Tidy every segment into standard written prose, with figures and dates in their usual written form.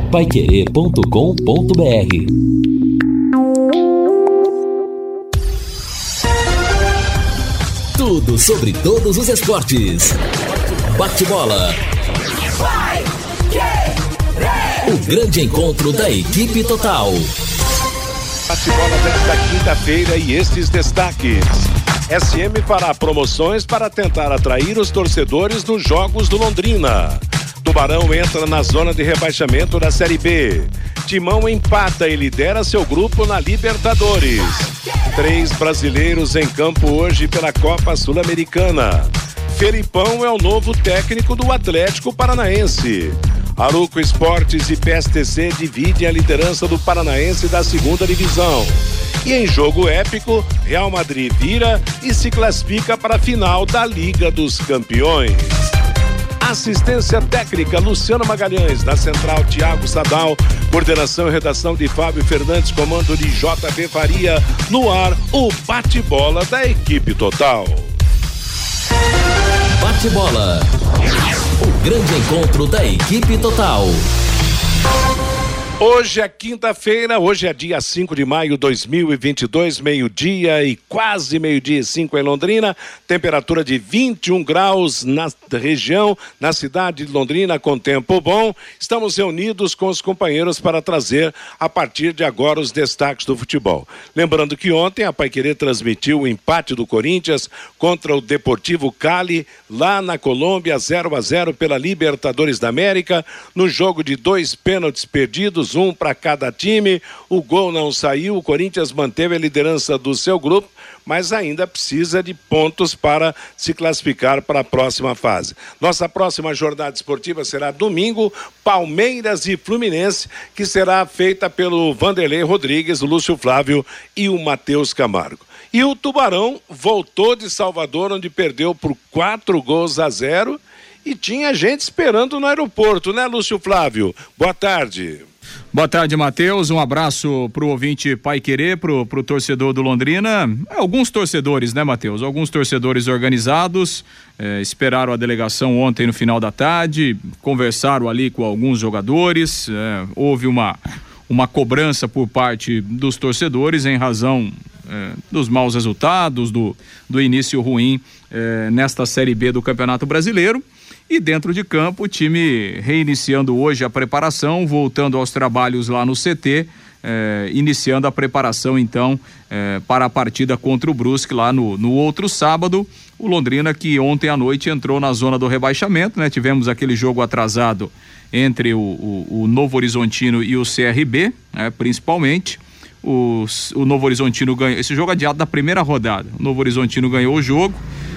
paiquerê.com.br. Tudo sobre todos os esportes. Bate-bola. O grande encontro da equipe total. Bate-bola desta quinta-feira e estes destaques. SM fará promoções para tentar atrair os torcedores nos jogos do Londrina. Tubarão entra na zona de rebaixamento da Série B. Timão empata e lidera seu grupo na Libertadores. 3 brasileiros em campo hoje pela Copa Sul-Americana. Felipão é o novo técnico do Atlético Paranaense. Aruco Esportes e PSTC dividem a liderança do Paranaense da segunda divisão. E em jogo épico, Real Madrid vira e se classifica para a final da Liga dos Campeões. Assistência técnica Luciano Magalhães, na central Thiago Sadal, coordenação e redação de Fábio Fernandes, comando de JB Faria, no ar o bate-bola da equipe total. Bate-bola. O grande encontro da equipe total. Hoje é quinta-feira, hoje é dia 5 de maio de 2022, meio-dia e quase meio-dia e 5 em Londrina, temperatura de 21 graus na região, na cidade de Londrina, com tempo bom. Estamos reunidos com os companheiros para trazer, a partir de agora, os destaques do futebol. Lembrando que ontem a Paiquerê transmitiu o empate do Corinthians contra o Deportivo Cali, lá na Colômbia, 0-0 pela Libertadores da América, no jogo de 2 pênaltis perdidos, um para cada time. O gol não saiu, o Corinthians manteve a liderança do seu grupo, mas ainda precisa de pontos para se classificar para a próxima fase. Nossa próxima jornada esportiva será domingo, Palmeiras e Fluminense, que será feita pelo Vanderlei Rodrigues, o Lúcio Flávio e o Matheus Camargo. E o Tubarão voltou de Salvador, onde perdeu por 4-0 e tinha gente esperando no aeroporto, né, Lúcio Flávio? Boa tarde. Boa tarde, Matheus. Um abraço pro ouvinte Paiquerê, pro torcedor do Londrina. Alguns torcedores, né, Matheus? Alguns torcedores organizados esperaram a delegação ontem no final da tarde, conversaram ali com alguns jogadores, houve uma cobrança por parte dos torcedores em razão dos maus resultados, do início ruim nesta Série B do Campeonato Brasileiro. E dentro de campo, o time reiniciando hoje a preparação, voltando aos trabalhos lá no CT, iniciando a preparação então para a partida contra o Brusque lá no outro sábado. O Londrina, que ontem à noite entrou na zona do rebaixamento, né? Tivemos aquele jogo atrasado entre o Novo Horizontino e o CRB, principalmente. O Novo Horizontino ganhou, esse jogo adiado da primeira rodada. O Novo Horizontino ganhou o jogo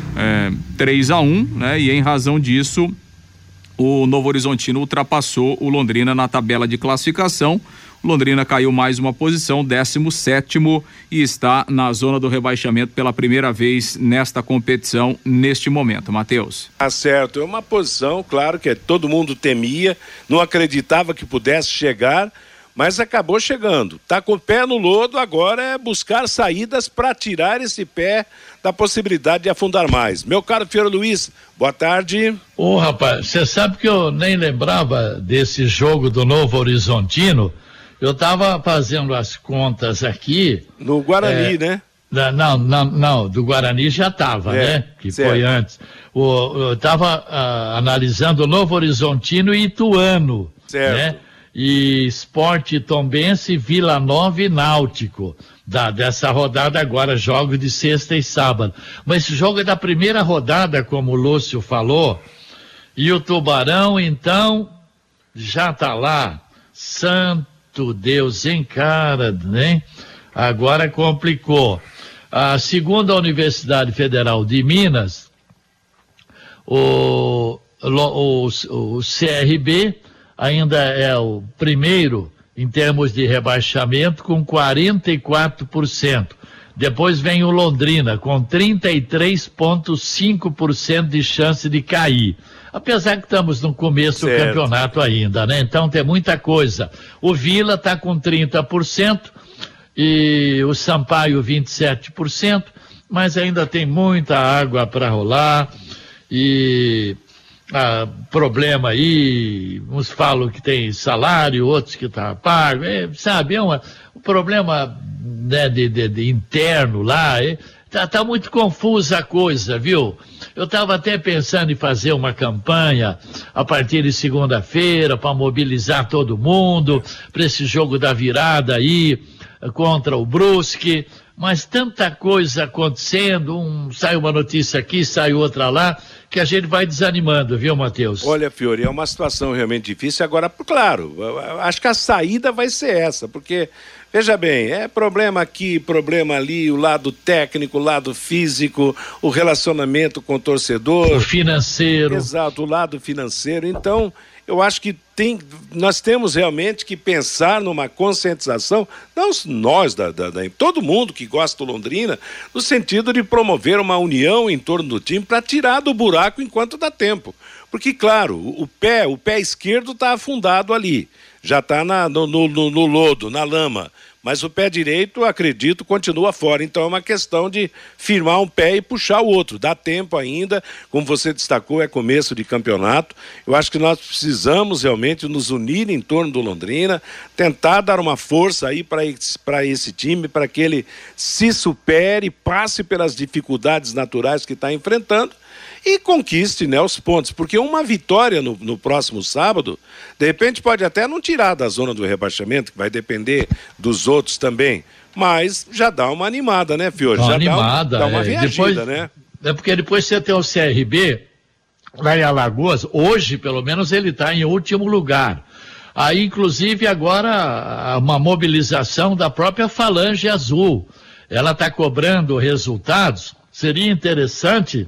3-1, né? E em razão disso, o Novo Horizontino ultrapassou o Londrina na tabela de classificação. O Londrina caiu mais uma posição, 17º, e está na zona do rebaixamento pela primeira vez nesta competição, neste momento. Matheus. Tá certo, é uma posição, claro, que todo mundo temia, não acreditava que pudesse chegar, mas acabou chegando. Tá com o pé no lodo, agora é buscar saídas para tirar esse pé da possibilidade de afundar mais. Meu caro Fiore Luiz, boa tarde. Rapaz, você sabe que eu nem lembrava desse jogo do Novo Horizontino. Eu tava fazendo as contas aqui. No Guarani, né? Não, do Guarani já tava, né? Que certo. Foi antes. Eu tava analisando o Novo Horizontino e Ituano, certo, né? E Sport Tombense, Vila Nova e Náutico, dessa rodada agora, jogos de sexta e sábado. Mas esse jogo é da primeira rodada, como o Lúcio falou, e o Tubarão, então, já tá lá. Santo Deus, encara, né? Agora complicou. Segundo a Universidade Federal de Minas, o CRB ainda é o primeiro em termos de rebaixamento, com 44%. Depois vem o Londrina, com 33,5% de chance de cair. Apesar que estamos no começo do campeonato ainda, né? Então tem muita coisa. O Vila está com 30% e o Sampaio 27%, mas ainda tem muita água para rolar. E problema aí, uns falam que tem salário, outros que tá pago, sabe, um problema, né, de interno lá, tá muito confusa a coisa, viu? Eu estava até pensando em fazer uma campanha a partir de segunda-feira para mobilizar todo mundo para esse jogo da virada aí contra o Brusque, mas tanta coisa acontecendo, sai uma notícia aqui, sai outra lá, que a gente vai desanimando, viu, Matheus? Olha, Fiori, é uma situação realmente difícil. Agora, claro, acho que a saída vai ser essa, porque, veja bem, é problema aqui, problema ali, o lado técnico, o lado físico, o relacionamento com o torcedor. O financeiro. Exato, o lado financeiro. Então, eu acho que nós temos realmente que pensar numa conscientização, não nós, todo mundo que gosta do Londrina, no sentido de promover uma união em torno do time para tirar do buraco enquanto dá tempo. Porque, claro, o pé esquerdo está afundado ali, já está no lodo, na lama. Mas o pé direito, acredito, continua fora. Então é uma questão de firmar um pé e puxar o outro. Dá tempo ainda, como você destacou, é começo de campeonato. Eu acho que nós precisamos realmente nos unir em torno do Londrina, tentar dar uma força aí para esse time, para que ele se supere, passe pelas dificuldades naturais que está enfrentando e conquiste, né, os pontos, porque uma vitória no próximo sábado, de repente pode até não tirar da zona do rebaixamento, que vai depender dos outros também, mas já dá uma animada, né, Fiori? Já dá uma reagida, depois, né? É porque depois você tem o CRB, lá em Alagoas, hoje pelo menos ele está em último lugar. Aí, inclusive, agora uma mobilização da própria Falange Azul, ela está cobrando resultados, seria interessante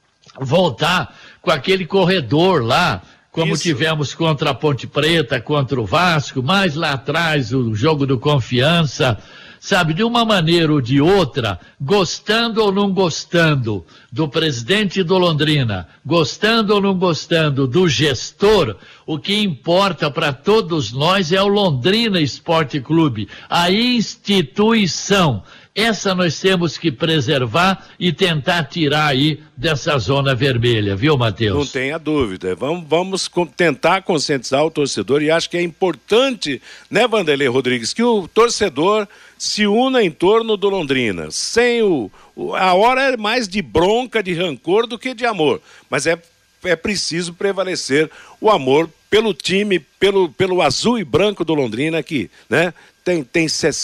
voltar com aquele corredor lá, como tivemos contra a Ponte Preta, contra o Vasco, mais lá atrás o jogo do Confiança, sabe, de uma maneira ou de outra, gostando ou não gostando do presidente do Londrina, gostando ou não gostando do gestor, o que importa para todos nós é o Londrina Esporte Clube, a instituição. Essa nós temos que preservar e tentar tirar aí dessa zona vermelha, viu, Matheus? Não tenha dúvida. Vamos tentar conscientizar o torcedor e acho que é importante, né, Vanderlei Rodrigues, que o torcedor se una em torno do Londrina. A hora é mais de bronca, de rancor do que de amor, mas é preciso prevalecer o amor pelo time, pelo azul e branco do Londrina aqui, né? Tem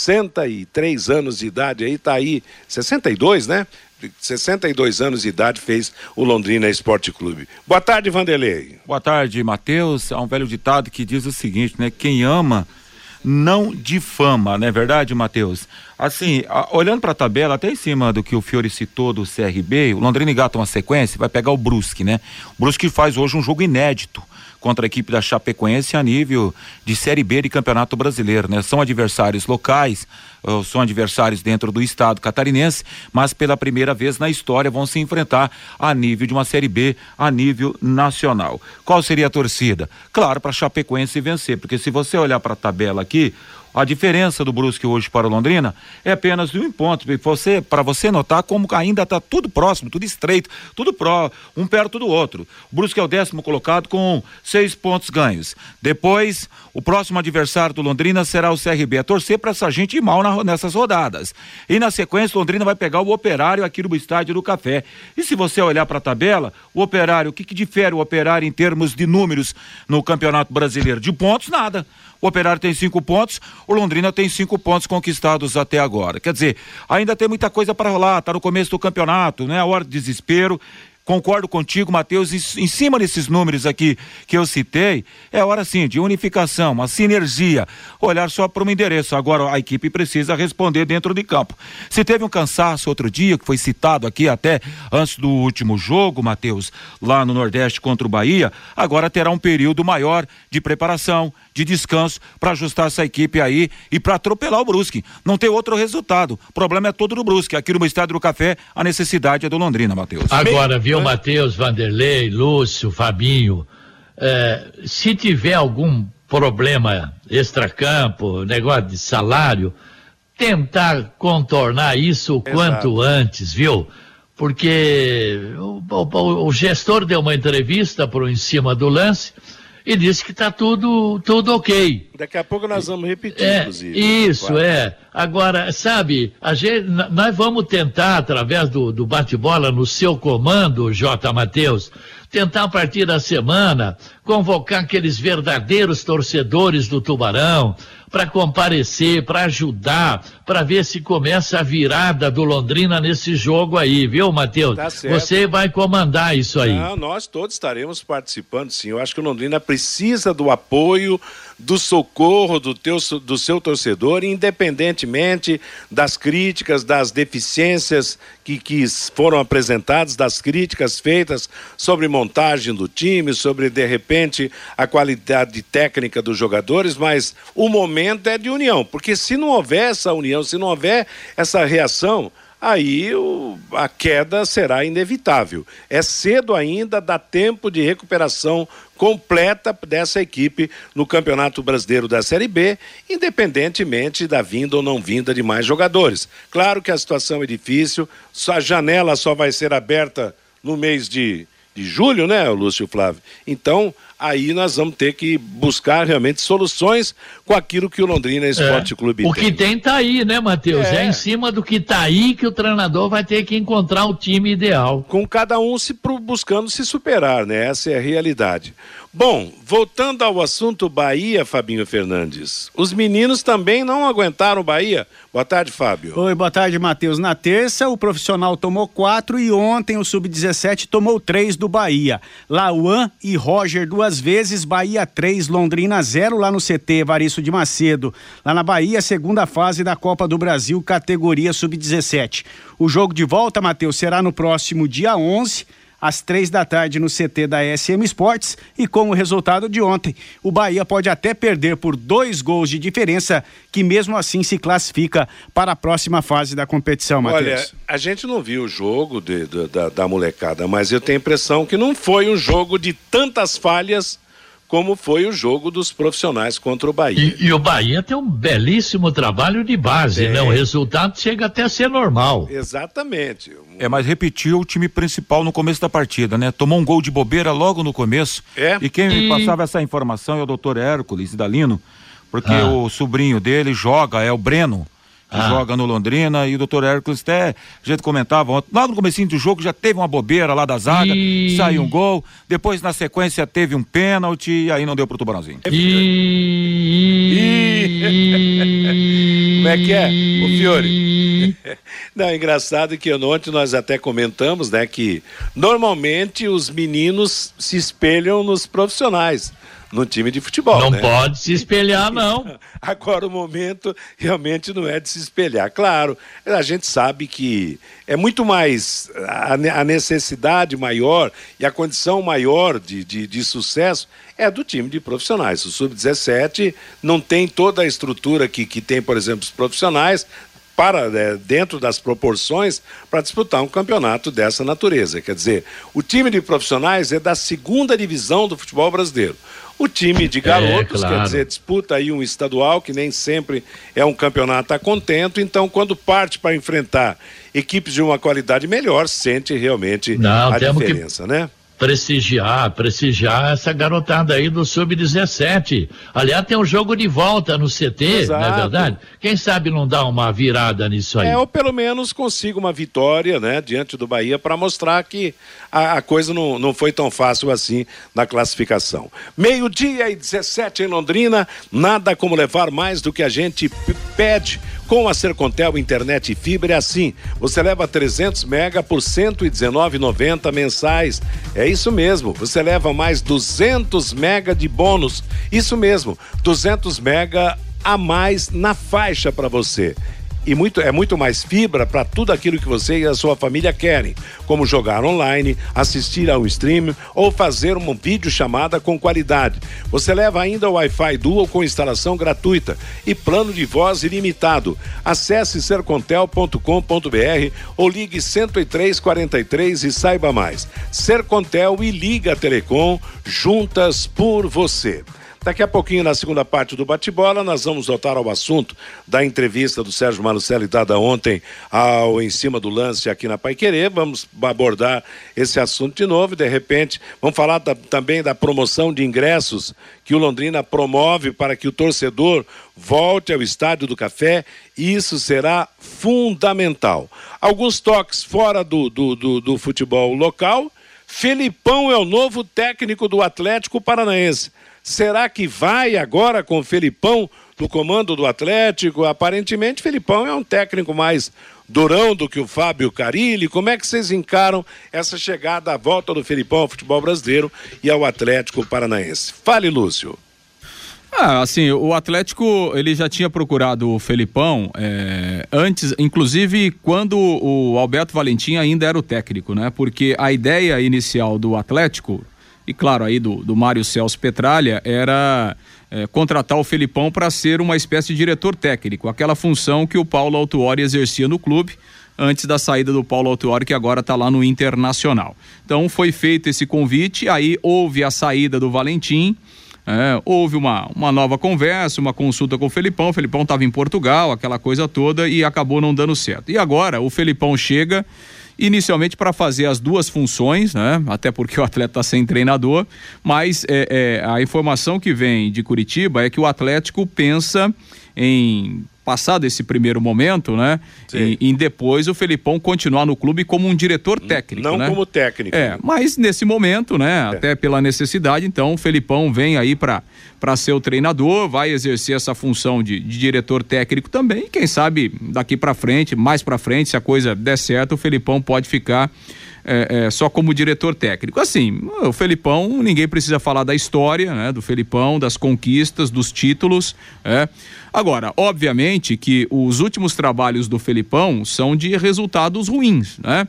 63 anos de idade aí, tá aí, 62, né? 62 anos de idade fez o Londrina Esporte Clube. Boa tarde, Vanderlei. Boa tarde, Matheus. Há um velho ditado que diz o seguinte, né? Quem ama não difama, não é verdade, Matheus? Assim, olhando para a tabela, até em cima do que o Fiori citou do CRB, o Londrina engata uma sequência, vai pegar o Brusque, né? O Brusque faz hoje um jogo inédito contra a equipe da Chapecoense a nível de Série B de Campeonato Brasileiro, né? São adversários locais, são adversários dentro do estado catarinense, mas pela primeira vez na história vão se enfrentar a nível de uma Série B, a nível nacional. Qual seria a torcida? Claro, para a Chapecoense vencer, porque se você olhar para a tabela aqui, a diferença do Brusque hoje para o Londrina é apenas de 1 ponto. Para você notar como ainda está tudo próximo, tudo estreito, tudo um perto do outro. O Brusque é o 10º colocado com 6 pontos ganhos. Depois, o próximo adversário do Londrina será o CRB. É torcer para essa gente ir mal nessas rodadas. E na sequência, o Londrina vai pegar o Operário aqui no Estádio do Café. E se você olhar para a tabela, o Operário, o que difere o Operário em termos de números no Campeonato Brasileiro? De pontos, nada. O Operário tem 5 pontos, o Londrina tem 5 pontos conquistados até agora. Quer dizer, ainda tem muita coisa para rolar, tá no começo do campeonato, né? A hora de desespero. Concordo contigo, Matheus, em cima desses números aqui que eu citei, é hora sim de unificação, uma sinergia, olhar só para um endereço. Agora a equipe precisa responder dentro de campo. Se teve um cansaço outro dia, que foi citado aqui até antes do último jogo, Matheus, lá no Nordeste contra o Bahia, agora terá um período maior de preparação, de descanso, para ajustar essa equipe aí e para atropelar o Brusque. Não tem outro resultado. O problema é todo do Brusque. Aqui no Estádio do Café, a necessidade é do Londrina, Matheus. Agora, viu, Matheus, Vanderlei, Lúcio, Fabinho, se tiver algum problema extracampo, negócio de salário, tentar contornar isso o quanto antes, viu? porque o gestor deu uma entrevista pro Em Cima do Lance e disse que está tudo ok. Daqui a pouco nós vamos repetir, inclusive. Isso, Agora, sabe, nós vamos tentar, através do bate-bola no seu comando, J. Matheus, tentar a partir da semana convocar aqueles verdadeiros torcedores do Tubarão para comparecer, para ajudar, para ver se começa a virada do Londrina nesse jogo aí, viu, Matheus? Tá certo. Você vai comandar isso aí. Não, nós todos estaremos participando, sim. Eu acho que o Londrina precisa do apoio, do socorro do seu torcedor, independentemente das críticas, das deficiências que foram apresentadas, das críticas feitas sobre montagem do time, sobre, de repente, a qualidade técnica dos jogadores, mas o momento é de união, porque se não houver essa união, se não houver essa reação, aí a queda será inevitável. É cedo ainda, dá tempo de recuperação completa dessa equipe no Campeonato Brasileiro da Série B, independentemente da vinda ou não vinda de mais jogadores. Claro que a situação é difícil, a janela só vai ser aberta no mês de julho, né, Lúcio Flávio? Então, aí nós vamos ter que buscar realmente soluções com aquilo que o Londrina Esporte Clube tem. O que tem tá aí, né, Matheus? É em cima do que tá aí que o treinador vai ter que encontrar o time ideal. Com cada um buscando se superar, né? Essa é a realidade. Bom, voltando ao assunto Bahia, Fabinho Fernandes, os meninos também não aguentaram o Bahia. Boa tarde, Fábio. Oi, boa tarde, Matheus. Na terça, o profissional tomou 4 e ontem o Sub-17 tomou 3 do Bahia. Lauan e Roger 2 vezes, Bahia 3, Londrina 0 lá no CT Evaristo de Macedo. Lá na Bahia, segunda fase da Copa do Brasil, categoria Sub-17. O jogo de volta, Matheus, será no próximo dia 11, às 3h no CT da SM Esportes, e com o resultado de ontem, o Bahia pode até perder por 2 gols de diferença, que mesmo assim se classifica para a próxima fase da competição, Matheus. Olha, a gente não viu o jogo da molecada, mas eu tenho a impressão que não foi um jogo de tantas falhas como foi o jogo dos profissionais contra o Bahia. E o Bahia tem um belíssimo trabalho de base, né? O resultado chega até a ser normal. Exatamente. Mas repetiu o time principal no começo da partida, né? Tomou um gol de bobeira logo no começo. E quem me passava essa informação é o doutor Hércules Dalino, porque o sobrinho dele joga, é o Breno, que joga no Londrina, e o doutor Hércules até, a gente comentava ontem, logo no comecinho do jogo já teve uma bobeira lá da zaga, saiu um gol, depois na sequência teve um pênalti e aí não deu pro Tubarãozinho. Como é que é, o Fiore? Não, é engraçado que ontem nós até comentamos, né, que normalmente os meninos se espelham nos profissionais no time de futebol. Não, né? Pode se espelhar, não. Agora o momento realmente não é de se espelhar. Claro, a gente sabe que é muito mais a necessidade maior e a condição maior de sucesso é do time de profissionais. O Sub-17 não tem toda a estrutura que tem, por exemplo, os profissionais, dentro das proporções, para disputar um campeonato dessa natureza. Quer dizer, o time de profissionais é da 2ª divisão do futebol brasileiro. O time de garotos, claro, quer dizer, disputa aí um estadual, que nem sempre é um campeonato a contento, então quando parte para enfrentar equipes de uma qualidade melhor, sente realmente a diferença, né? Prestigiar essa garotada aí do Sub-17. Aliás, tem um jogo de volta no CT, Exato. Não é verdade? Quem sabe não dá uma virada nisso aí? Ou pelo menos consiga uma vitória, né, diante do Bahia, para mostrar que a coisa não foi tão fácil assim na classificação. 12:17 em Londrina, nada como levar mais do que a gente pede. Com a Sercontel Internet e Fibra é assim, você leva 300 mega por R$ 119,90 mensais. É isso mesmo, você leva mais 200 mega de bônus. Isso mesmo, 200 mega a mais na faixa para você. E é muito mais fibra para tudo aquilo que você e a sua família querem, como jogar online, assistir a um stream ou fazer uma videochamada com qualidade. Você leva ainda o Wi-Fi Dual com instalação gratuita e plano de voz ilimitado. Acesse sercontel.com.br ou ligue 10343 e saiba mais. Sercontel e Liga Telecom, juntas por você. Daqui a pouquinho, na segunda parte do bate-bola, nós vamos voltar ao assunto da entrevista do Sérgio Malucelli dada ontem Em Cima do Lance aqui na Paiquerê. Vamos abordar esse assunto de novo e, de repente, vamos falar também da promoção de ingressos que o Londrina promove para que o torcedor volte ao Estádio do Café. Isso será fundamental. Alguns toques fora do futebol local. Felipão é o novo técnico do Atlético Paranaense. Será que vai agora com o Felipão no comando do Atlético? Aparentemente, Felipão é um técnico mais durão do que o Fábio Carilli. Como é que vocês encaram essa chegada, a volta do Felipão ao futebol brasileiro e ao Atlético Paranaense? Fale, Lúcio. Assim, o Atlético, ele já tinha procurado o Felipão antes, inclusive quando o Alberto Valentim ainda era o técnico, né? Porque a ideia inicial do Atlético, e claro, aí do Mário Celso Petralha, era contratar o Felipão para ser uma espécie de diretor técnico, aquela função que o Paulo Autuori exercia no clube, antes da saída do Paulo Autuori, que agora está lá no Internacional. Então foi feito esse convite, aí houve a saída do Valentim, houve uma nova conversa, uma consulta com o Felipão estava em Portugal, aquela coisa toda, e acabou não dando certo. E agora o Felipão chega inicialmente para fazer as duas funções, né? Até porque o atleta está sem treinador, mas a informação que vem de Curitiba é que o Atlético pensa em, passado esse primeiro momento, né? Em depois o Felipão continuar no clube como um diretor técnico, não, né? Como técnico. Mas nesse momento, né? Até pela necessidade, então o Felipão vem aí para ser o treinador, vai exercer essa função de diretor técnico também, e quem sabe daqui para frente, mais para frente, se a coisa der certo, o Felipão pode ficar só como diretor técnico. Assim, o Felipão, ninguém precisa falar da história, né? Do Felipão, das conquistas, dos títulos, Agora, obviamente que os últimos trabalhos do Felipão são de resultados ruins, né?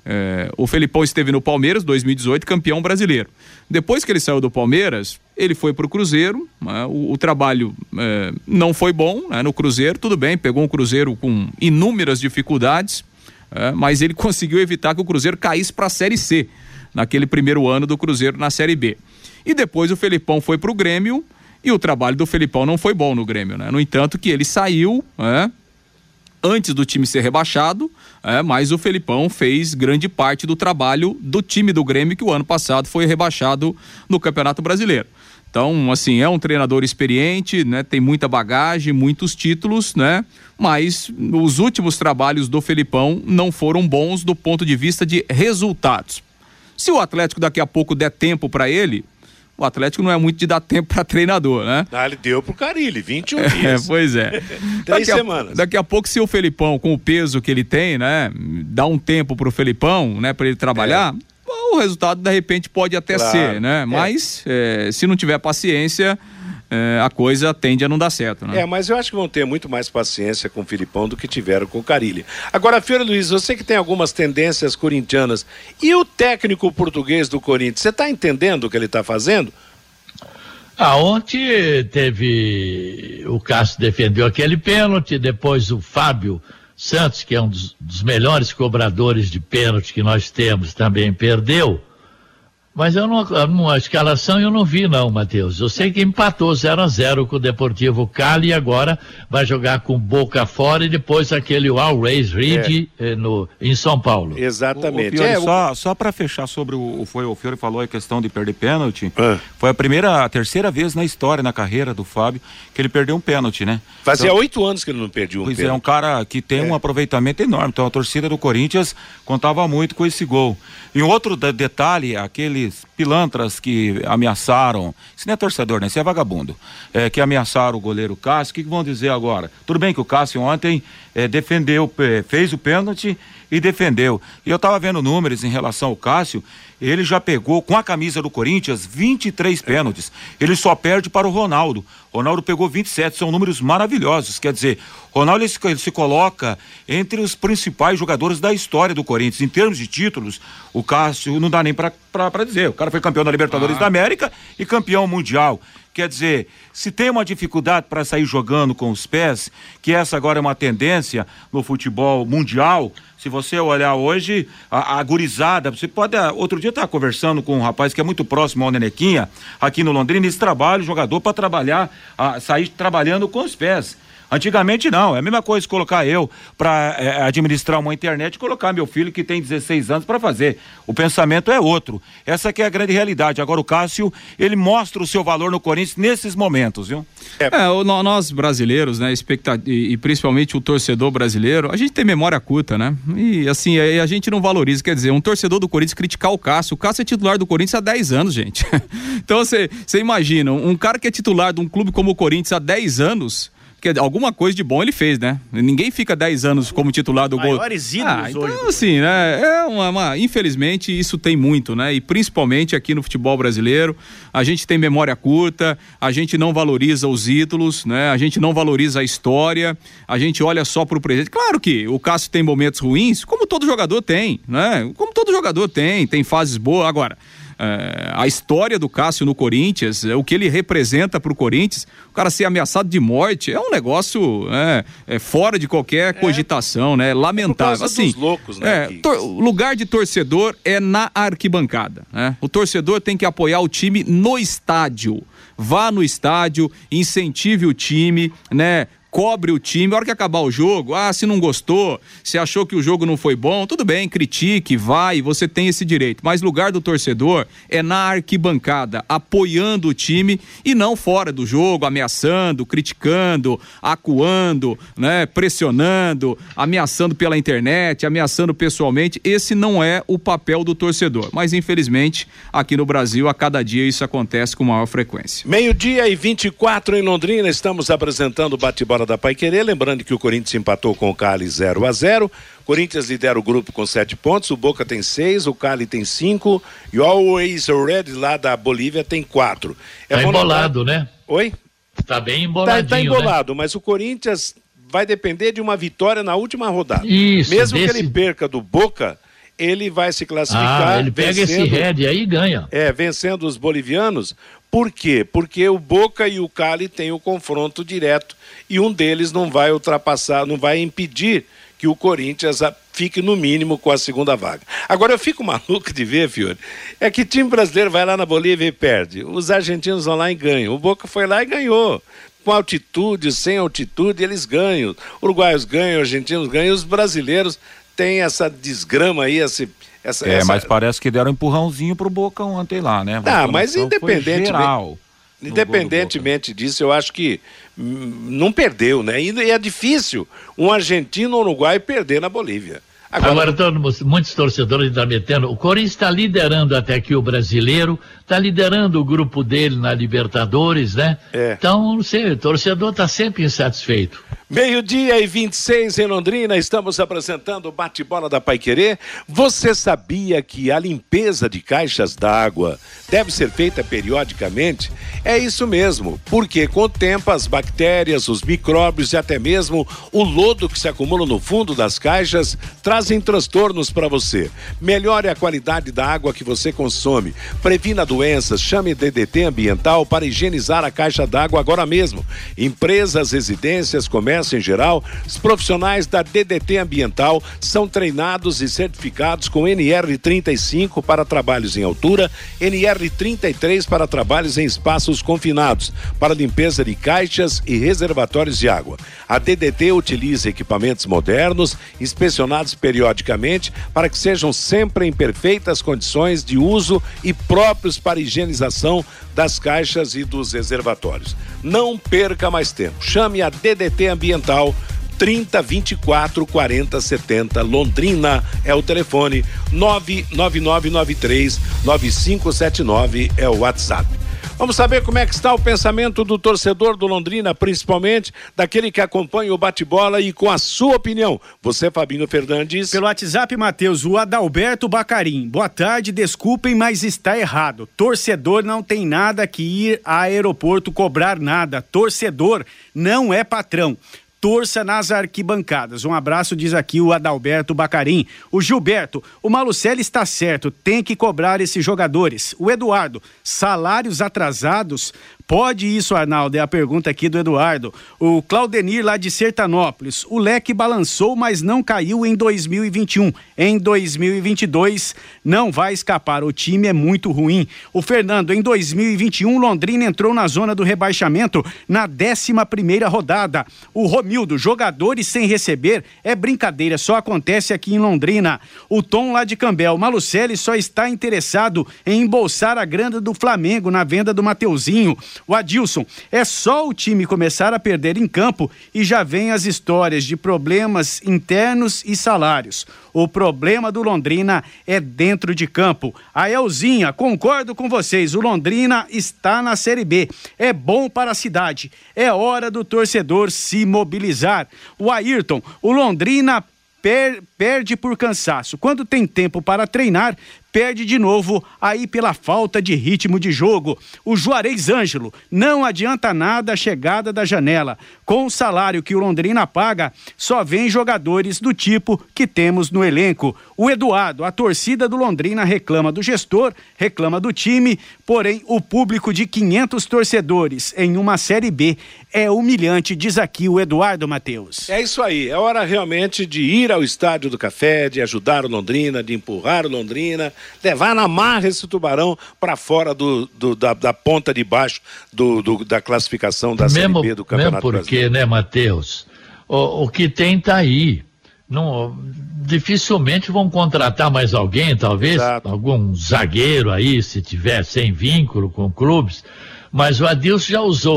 O Felipão esteve no Palmeiras, 2018, campeão brasileiro. Depois que ele saiu do Palmeiras, ele foi pro Cruzeiro, né? O trabalho não foi bom, né? No Cruzeiro, tudo bem, pegou um Cruzeiro com inúmeras dificuldades, mas ele conseguiu evitar que o Cruzeiro caísse para a Série C, naquele primeiro ano do Cruzeiro na Série B. E depois o Felipão foi pro Grêmio, e o trabalho do Felipão não foi bom no Grêmio, né? No entanto que ele saiu, antes do time ser rebaixado, mas o Felipão fez grande parte do trabalho do time do Grêmio, que o ano passado foi rebaixado no Campeonato Brasileiro. Então, assim, é um treinador experiente, né? Tem muita bagagem, muitos títulos, né? Mas os últimos trabalhos do Felipão não foram bons do ponto de vista de resultados. Se o Atlético daqui a pouco der tempo para ele, o Atlético não é muito de dar tempo para treinador, né? Ele deu pro Carilli, 21 dias. Pois é. 3 semanas. Daqui a pouco, se o Felipão, com o peso que ele tem, né, dá um tempo pro Felipão, né, para ele trabalhar, o resultado de repente pode até ser, né? Mas se não tiver paciência, a coisa tende a não dar certo, né? Mas eu acho que vão ter muito mais paciência com o Felipão do que tiveram com o Carilli. Agora, Fiore Luiz, você que tem algumas tendências corintianas, e o técnico português do Corinthians, você está entendendo o que ele está fazendo? Ontem teve, o Cássio defendeu aquele pênalti, depois o Fábio Santos, que é um dos melhores cobradores de pênalti que nós temos, também perdeu. Mas a escalação eu não vi não, Matheus. Eu sei que empatou 0-0 com o Deportivo Cali e agora vai jogar com Boca fora e depois aquele Always Reed em São Paulo. Exatamente. Só para fechar sobre o Fiore falou a questão de perder pênalti, foi a terceira vez na história, na carreira do Fábio, que ele perdeu um pênalti, né? Fazia 8 anos que ele não perdia um pênalti. Pois é, um cara que tem um aproveitamento enorme, então a torcida do Corinthians contava muito com esse gol. E um outro detalhe, aqueles pilantras que ameaçaram, isso não é torcedor, né? Isso é vagabundo, que ameaçaram o goleiro Cássio, o que vão dizer agora? Tudo bem que o Cássio ontem defendeu, fez o pênalti e defendeu. E eu tava vendo números em relação ao Cássio, ele já pegou com a camisa do Corinthians 23 pênaltis, ele só perde para o Ronaldo. Ronaldo pegou 27, são números maravilhosos, quer dizer, Ronaldo ele se coloca entre os principais jogadores da história do Corinthians. Em termos de títulos, o Cássio não dá nem para dizer, o cara foi campeão da Libertadores da América e campeão mundial. Quer dizer, se tem uma dificuldade para sair jogando com os pés, que essa agora é uma tendência no futebol mundial, se você olhar hoje, a gurizada, você pode, outro dia estava conversando com um rapaz que é muito próximo ao Nenequinha, aqui no Londrina, esse trabalho, o jogador para trabalhar, sair trabalhando com os pés. Antigamente não, é a mesma coisa colocar eu para administrar uma internet e colocar meu filho que tem 16 anos para fazer. O pensamento é outro. Essa que é a grande realidade. Agora o Cássio, ele mostra o seu valor no Corinthians nesses momentos, viu? Nós brasileiros, né, e principalmente o torcedor brasileiro, a gente tem memória curta, né? E assim, a gente não valoriza, quer dizer, um torcedor do Corinthians criticar o Cássio é titular do Corinthians há 10 anos, gente. Então você imagina, um cara que é titular de um clube como o Corinthians há 10 anos, alguma coisa de bom ele fez, né? Ninguém fica 10 anos como titular do gol. Então, assim, né? Infelizmente, isso tem muito, né? E principalmente aqui no futebol brasileiro, a gente tem memória curta, a gente não valoriza os ídolos, né? A gente não valoriza a história, a gente olha só pro presente. Claro que o Cássio tem momentos ruins, como todo jogador tem, né? Como todo jogador tem fases boas. Agora, a história do Cássio no Corinthians, o que ele representa pro Corinthians, o cara ser ameaçado de morte é um negócio fora de qualquer cogitação, né? Lamentável. Assim, dos loucos, né? Lugar de torcedor é na arquibancada, né? O torcedor tem que apoiar o time no estádio. Vá no estádio, incentive o time, né? Cobre o time, a hora que acabar o jogo, se não gostou, se achou que o jogo não foi bom, tudo bem, critique, vai, você tem esse direito, mas lugar do torcedor é na arquibancada, apoiando o time e não fora do jogo, ameaçando, criticando, acuando, né, pressionando, ameaçando pela internet, ameaçando pessoalmente. Esse não é o papel do torcedor, mas infelizmente aqui no Brasil a cada dia isso acontece com maior frequência. 12:24 em Londrina, estamos apresentando o bate-bola da Paiquerê, lembrando que o Corinthians empatou com o Cali 0-0, Corinthians lidera o grupo com 7 pontos, o Boca tem 6, o Cali tem 5 e o Always Red lá da Bolívia tem 4. Tá embolado, né? Oi? Tá bem emboladinho, tá embolado, né? Mas o Corinthians vai depender de uma vitória na última rodada. Isso, mesmo que ele perca do Boca, ele vai se classificar. Ele pega esse Red aí e ganha. Vencendo os bolivianos. Por quê? Porque o Boca e o Cali têm o confronto direto e um deles não vai ultrapassar, não vai impedir que o Corinthians fique no mínimo com a segunda vaga. Agora eu fico maluco de ver, Fiore, é que time brasileiro vai lá na Bolívia e perde. Os argentinos vão lá e ganham. O Boca foi lá e ganhou. Com altitude, sem altitude, eles ganham. Uruguaios ganham, argentinos ganham, os brasileiros têm essa desgrama aí, mas parece que deram um empurrãozinho pro Boca ontem lá, né? Mas independentemente disso, eu acho que não perdeu, né? E é difícil um argentino ou Uruguai perder na Bolívia. Agora muitos torcedores estão metendo. O Corinthians está liderando até aqui o brasileiro, está liderando o grupo dele na Libertadores, né? Então, não sei, o torcedor está sempre insatisfeito. 12:26 em Londrina, estamos apresentando o bate-bola da Paiquerê. Você sabia que a limpeza de caixas d'água deve ser feita periodicamente? É isso mesmo, porque com o tempo as bactérias, os micróbios e até mesmo o lodo que se acumula no fundo das caixas trazem transtornos para você. Melhore a qualidade da água que você consome. Previna doenças, chame DDT Ambiental para higienizar a caixa d'água agora mesmo. Empresas, residências, comércio em geral, os profissionais da DDT Ambiental são treinados e certificados com NR35 para trabalhos em altura, NR33 para trabalhos em espaços confinados, para limpeza de caixas e reservatórios de água. A DDT utiliza equipamentos modernos, inspecionados periodicamente, para que sejam sempre em perfeitas condições de uso e próprios para higienização das caixas e dos reservatórios. Não perca mais tempo. Chame a DDT Ambiental 3024 40 70. Londrina é o telefone, 99993 9579 é o WhatsApp. Vamos saber como é que está o pensamento do torcedor do Londrina, principalmente daquele que acompanha o bate-bola e com a sua opinião. Você, Fabinho Fernandes. Pelo WhatsApp, Matheus, o Adalberto Bacarim. Boa tarde, desculpem, mas está errado. Torcedor não tem nada que ir a aeroporto cobrar nada. Torcedor não é patrão. Torça nas arquibancadas. Um abraço, diz aqui o Adalberto Bacarim. O Gilberto, o Malucelli está certo, tem que cobrar esses jogadores. O Eduardo, salários atrasados Pode isso, Arnaldo, é a pergunta aqui do Eduardo. O Claudenir, lá de Sertanópolis, o leque balançou, mas não caiu em 2021. Em 2022, não vai escapar, o time é muito ruim. O Fernando, em 2021, Londrina entrou na zona do rebaixamento na 11ª rodada. O Romildo, jogadores sem receber, é brincadeira, só acontece aqui em Londrina. O Tom, lá de Cambel, Malucelli só está interessado em embolsar a grana do Flamengo na venda do Mateuzinho. O Adilson, é só o time começar a perder em campo e já vem as histórias de problemas internos e salários. O problema do Londrina é dentro de campo. A Elzinha, concordo com vocês, o Londrina está na Série B. É bom para a cidade. É hora do torcedor se mobilizar. O Ayrton, o Londrina perde por cansaço. Quando tem tempo para treinar, perde de novo, aí pela falta de ritmo de jogo. O Juarez Ângelo, não adianta nada a chegada da janela. Com o salário que o Londrina paga, só vem jogadores do tipo que temos no elenco. O Eduardo, a torcida do Londrina reclama do gestor, reclama do time, porém o público de 500 torcedores em uma Série B é humilhante, diz aqui o Eduardo Matheus. É isso aí, é hora realmente de ir ao Estádio do Café, de ajudar o Londrina, de empurrar o Londrina, levar na marra esse Tubarão para fora da ponta de baixo da classificação da Série B do Campeonato Brasileiro. Mesmo porque, né, Matheus, o que tem tá aí. Não, dificilmente vão contratar mais alguém, talvez, Exato. Algum zagueiro aí, se tiver sem vínculo com clubes, mas o Adilson já usou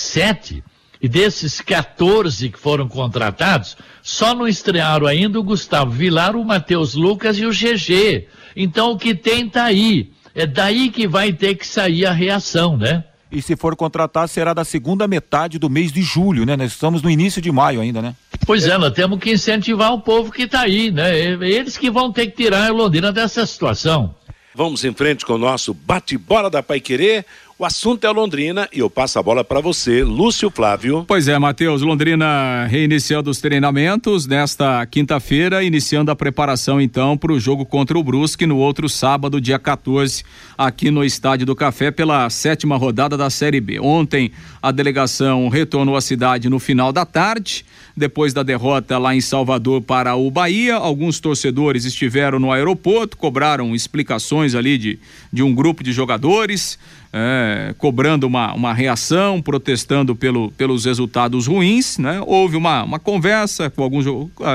27, e desses 14 que foram contratados, só não estrearam ainda o Gustavo Vilar, o Matheus Lucas e o GG. Então o que tem tá aí. É daí que vai ter que sair a reação, né? E se for contratar, será da segunda metade do mês de julho, né? Nós estamos no início de maio ainda, né? Pois é, nós temos que incentivar o povo que tá aí, né? Eles que vão ter que tirar a Londrina dessa situação. Vamos em frente com o nosso bate-bola da Paiquerê. O assunto é Londrina e eu passo a bola para você, Lúcio Flávio. Pois é, Matheus, Londrina reiniciando os treinamentos nesta quinta-feira, iniciando a preparação então para o jogo contra o Brusque no outro sábado, dia 14, aqui no Estádio do Café pela 7ª rodada da Série B. Ontem a delegação retornou à cidade no final da tarde, depois da derrota lá em Salvador para o Bahia. Alguns torcedores estiveram no aeroporto, cobraram explicações ali de um grupo de jogadores, cobrando uma reação, protestando pelos resultados ruins, né? Houve uma conversa com alguns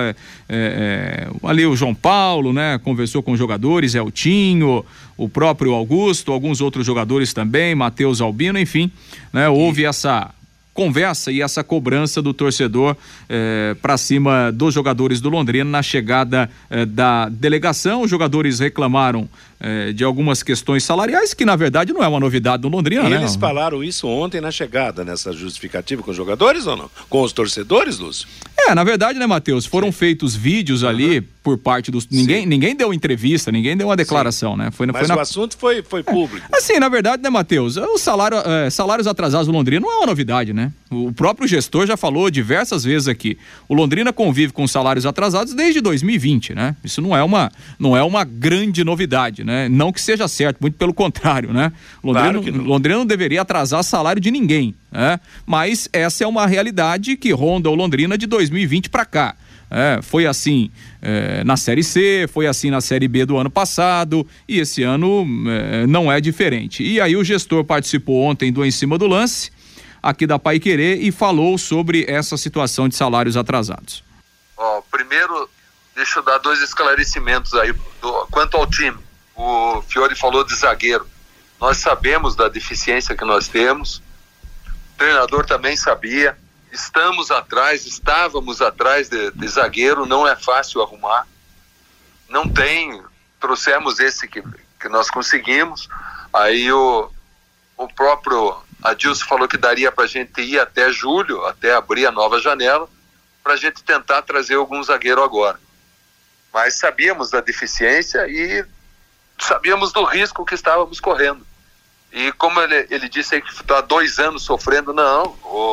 ali o João Paulo, né? Conversou com os jogadores, Eltinho, o próprio Augusto, alguns outros jogadores também, Matheus Albino, enfim, né? Houve essa conversa e essa cobrança do torcedor para cima dos jogadores do Londrina na chegada da delegação. Os jogadores reclamaram de algumas questões salariais, que na verdade não é uma novidade do Londrina, né? Eles falaram isso ontem na chegada, nessa justificativa com os jogadores ou não? Com os torcedores, Lúcio? Na verdade, né, Matheus, foram feitos vídeos ali por parte dos... Ninguém deu entrevista, ninguém deu uma declaração, né? Mas o assunto foi público. Assim, na verdade, né, Matheus, o salários atrasados do Londrina não é uma novidade, né? O próprio gestor já falou diversas vezes aqui. O Londrina convive com salários atrasados desde 2020, né? Isso não é uma grande novidade, né? Não que seja certo, muito pelo contrário, né? Londrina não deveria atrasar salário de ninguém, né? Mas essa é uma realidade que ronda o Londrina de 2020 para cá. Foi assim na Série C, foi assim na Série B do ano passado e esse ano não é diferente. E aí o gestor participou ontem do Em Cima do Lance, aqui da Paiquerê, e falou sobre essa situação de salários atrasados. Primeiro, deixa eu dar 2 esclarecimentos aí quanto ao time. O Fiore falou de zagueiro. Nós sabemos da deficiência que nós temos, o treinador também sabia. Estávamos atrás de zagueiro, não é fácil arrumar. Não tem, trouxemos esse que nós conseguimos. Aí o próprio Adilson falou que daria para a gente ir até julho, até abrir a nova janela, para a gente tentar trazer algum zagueiro agora. Mas sabíamos da deficiência e sabíamos do risco que estávamos correndo. E como ele disse aí que está há 2 anos sofrendo, não,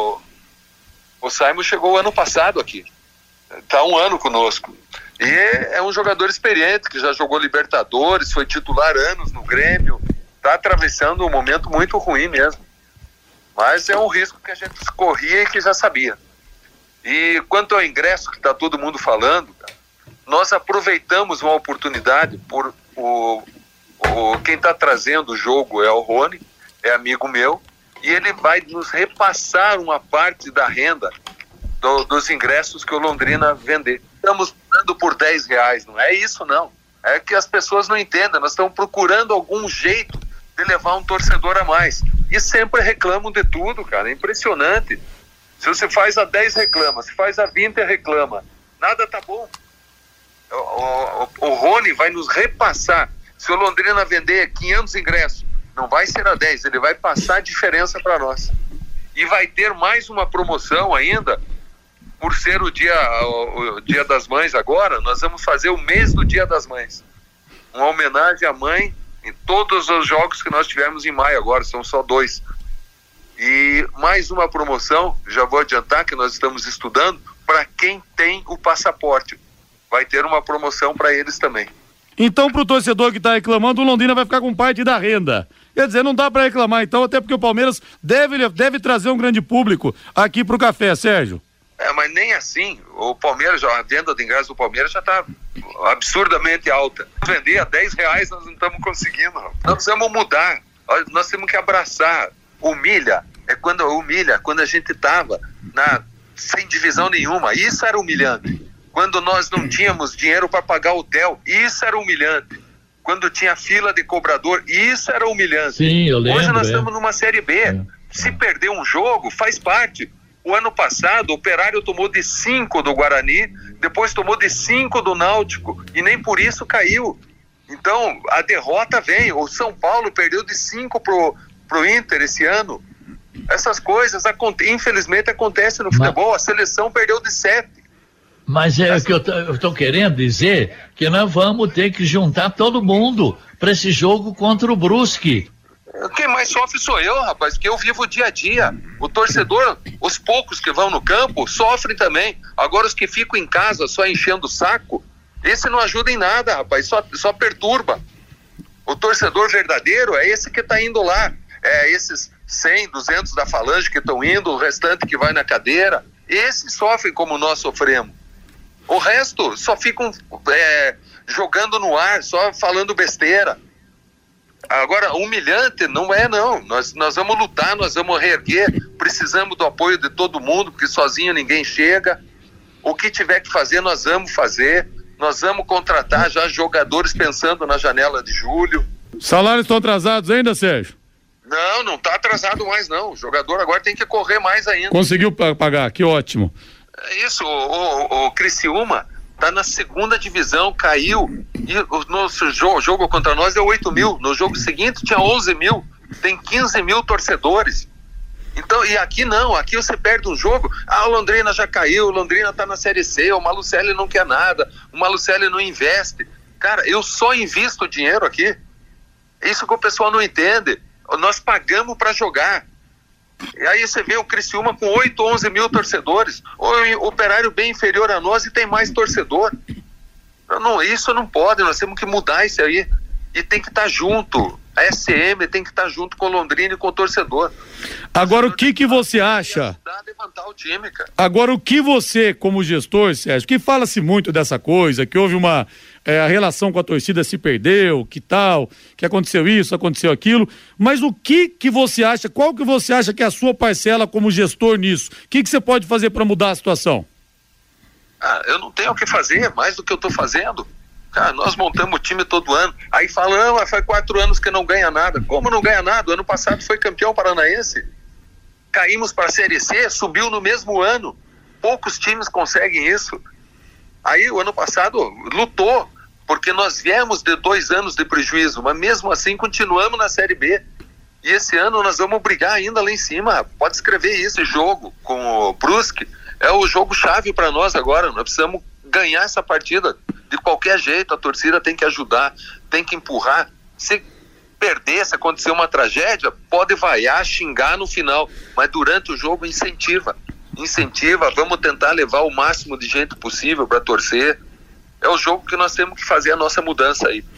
o Simon chegou ano passado aqui, está 1 ano conosco, e é um jogador experiente, que já jogou Libertadores, foi titular anos no Grêmio, está atravessando um momento muito ruim mesmo. Mas é um risco que a gente corria e que já sabia. E quanto ao ingresso que está todo mundo falando, cara, nós aproveitamos uma oportunidade por quem está trazendo o jogo é o Rony, é amigo meu, e ele vai nos repassar uma parte da renda dos ingressos que o Londrina vender. Estamos dando por R$10, não é isso não. É que as pessoas não entendem, nós estamos procurando algum jeito de levar um torcedor a mais. E sempre reclamam de tudo, cara, é impressionante. Se você faz a 10 reclama, se faz a 20 reclama, nada tá bom. O Rony vai nos repassar. Se o Londrina vender 500 ingressos, não vai ser a 10, ele vai passar a diferença para nós. E vai ter mais uma promoção ainda, por ser o dia das mães agora, nós vamos fazer o mês do Dia das Mães. Uma homenagem à mãe em todos os jogos que nós tivemos em maio agora, são só 2. E mais uma promoção, já vou adiantar que nós estamos estudando, para quem tem o passaporte. Vai ter uma promoção para eles também. Então, pro torcedor que tá reclamando, o Londrina vai ficar com parte da renda. Quer dizer, não dá para reclamar, então, até porque o Palmeiras deve trazer um grande público aqui pro café, Sérgio. Mas nem assim. O Palmeiras, a venda de ingresso do Palmeiras já tá absurdamente alta. Vender a R$10 nós não estamos conseguindo. Nós precisamos mudar. Nós temos que abraçar. Humilha quando a gente estava sem divisão nenhuma. Isso era humilhante. Quando nós não tínhamos dinheiro para pagar hotel, isso era humilhante. Quando tinha fila de cobrador, isso era humilhante. Sim, eu lembro. Hoje nós estamos numa Série B. Se perder um jogo, faz parte. O ano passado, o Operário tomou de 5 do Guarani, depois tomou de 5 do Náutico, e nem por isso caiu. Então, a derrota vem. O São Paulo perdeu de 5 pro Inter esse ano. Essas coisas, infelizmente, acontecem no futebol. A seleção perdeu de 7. Mas é o que eu tô querendo dizer, que nós vamos ter que juntar todo mundo para esse jogo contra o Brusque. Quem mais sofre sou eu, rapaz, porque eu vivo o dia a dia. O torcedor, os poucos que vão no campo, sofrem também. Agora os que ficam em casa só enchendo o saco, esse não ajuda em nada, rapaz, só perturba. O torcedor verdadeiro é esse que tá indo lá. É esses 100, 200 da Falange que estão indo, o restante que vai na cadeira. Esses sofrem como nós sofremos. O resto só ficam jogando no ar, só falando besteira. Agora, humilhante não é não. Nós vamos lutar, nós vamos reerguer, precisamos do apoio de todo mundo, porque sozinho ninguém chega. O que tiver que fazer, nós vamos fazer. Nós vamos contratar já jogadores pensando na janela de julho. Salários estão atrasados ainda, Sérgio? Não está atrasado mais não. O jogador agora tem que correr mais ainda. Conseguiu pagar, que ótimo. Isso, o Criciúma tá na 2ª divisão, caiu, e o nosso jogo contra nós é 8 mil, no jogo seguinte tinha 11 mil, tem 15 mil torcedores. Então, e aqui não, aqui você perde um jogo, o Londrina já caiu, o Londrina tá na Série C, o Malucelli não quer nada, o Malucelli não investe. Cara, eu só invisto dinheiro aqui. Isso que o pessoal não entende. Nós pagamos para jogar. E aí você vê o Criciúma com 8, 11 mil torcedores, o Operário bem inferior a nós e tem mais torcedor. Isso não pode, nós temos que mudar isso aí. E tem que estar junto. A SM tem que estar junto com o Londrina e com o torcedor. Agora, o que você acha? Levantar o time, cara. Agora, o que você, como gestor, Sérgio, que fala-se muito dessa coisa, que houve a relação com a torcida se perdeu, que tal, que aconteceu isso, aconteceu aquilo, mas o que você acha, qual que você acha que é a sua parcela como gestor nisso? O que você pode fazer para mudar a situação? Eu não tenho o que fazer mais do que eu estou fazendo. Cara, nós montamos o time todo ano. Aí falam, faz 4 anos que não ganha nada. Como não ganha nada? O ano passado foi campeão paranaense. Caímos para a Série C, subiu no mesmo ano. Poucos times conseguem isso. Aí o ano passado lutou, porque nós viemos de 2 anos de prejuízo, mas mesmo assim continuamos na Série B. E esse ano nós vamos brigar ainda lá em cima. Pode escrever isso, jogo com o Brusque. É o jogo chave para nós agora. Nós precisamos ganhar essa partida de qualquer jeito. A torcida tem que ajudar, tem que empurrar. Se perder, se acontecer uma tragédia, pode vaiar, xingar no final, mas durante o jogo incentiva, vamos tentar levar o máximo de gente possível para torcer. É o jogo que nós temos que fazer a nossa mudança aí.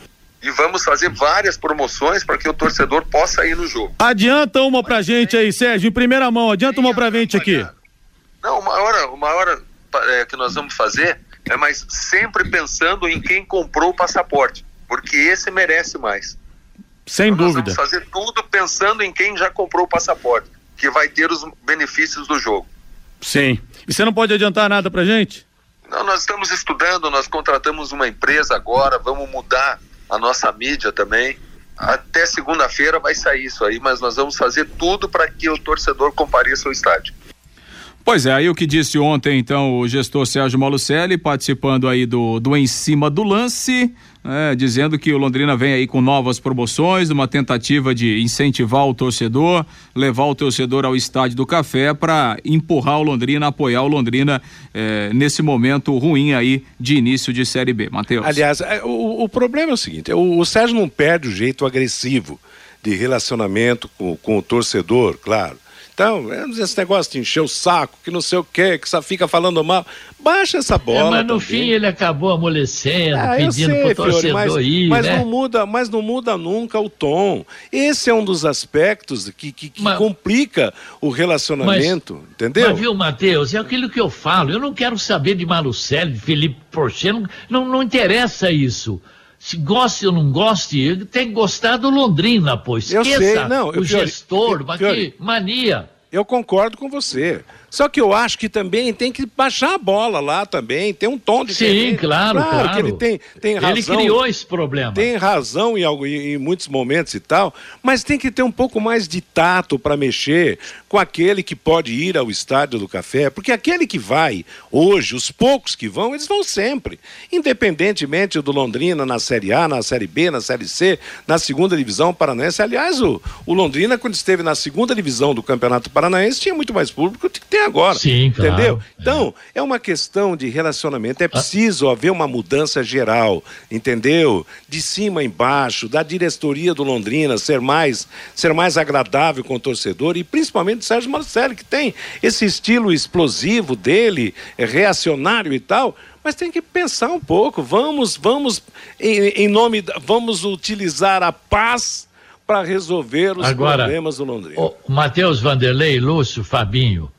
e vamos fazer várias promoções para que o torcedor possa ir no jogo. Adianta uma pra gente aí, Sérgio, em primeira mão, adianta uma pra gente aqui. Não, uma hora que nós vamos fazer mas sempre pensando em quem comprou o passaporte, porque esse merece mais. Sem dúvida. Nós vamos fazer tudo pensando em quem já comprou o passaporte, que vai ter os benefícios do jogo. Sim. E você não pode adiantar nada pra gente? Não, nós estamos estudando, nós contratamos uma empresa agora, vamos mudar a nossa mídia também. Até segunda-feira vai sair isso aí, mas nós vamos fazer tudo para que o torcedor compareça ao estádio. Pois é, aí o que disse ontem, então, o gestor Sérgio Malucelli, participando aí do Em Cima do Lance, dizendo que o Londrina vem aí com novas promoções, uma tentativa de incentivar o torcedor, levar o torcedor ao Estádio do Café para empurrar o Londrina, apoiar o Londrina nesse momento ruim aí de início de Série B. Matheus. Aliás, o problema é o seguinte, o Sérgio não perde o jeito agressivo de relacionamento com o torcedor, claro. Então, esse negócio de encher o saco, que não sei o quê, que só fica falando mal, baixa essa bola. Mas no fim ele acabou amolecendo, pedindo pro torcedor ir, mas né? não muda nunca o tom. Esse é um dos aspectos que complica o relacionamento, entendeu? Mas viu, Matheus, é aquilo que eu falo, eu não quero saber de Malucelli, de Felipe Porcher, não interessa isso. Se goste ou não goste, tem que gostar do Londrina, pô. Esqueça o gestor, mas que mania. Eu concordo com você. Só que eu acho que também tem que baixar a bola lá também, tem um tom diferente. Sim, claro. Que ele tem razão. Ele criou esse problema. Tem razão em muitos momentos e tal, mas tem que ter um pouco mais de tato para mexer com aquele que pode ir ao Estádio do Café, porque aquele que vai hoje, os poucos que vão, eles vão sempre. Independentemente do Londrina na Série A, na Série B, na Série C, na segunda divisão paranaense. Aliás, o Londrina, quando esteve na segunda divisão do Campeonato Paranaense, tinha muito mais público do que tem agora. Sim, claro. Entendeu? Então, é uma questão de relacionamento, é preciso haver uma mudança geral, entendeu? De cima a embaixo, da diretoria do Londrina ser mais agradável com o torcedor e principalmente o Sérgio Malucelli, que tem esse estilo explosivo dele, reacionário e tal, mas tem que pensar um pouco, vamos utilizar a paz para resolver os problemas do Londrina. O Matheus, Vanderlei, Lúcio, Fabinho,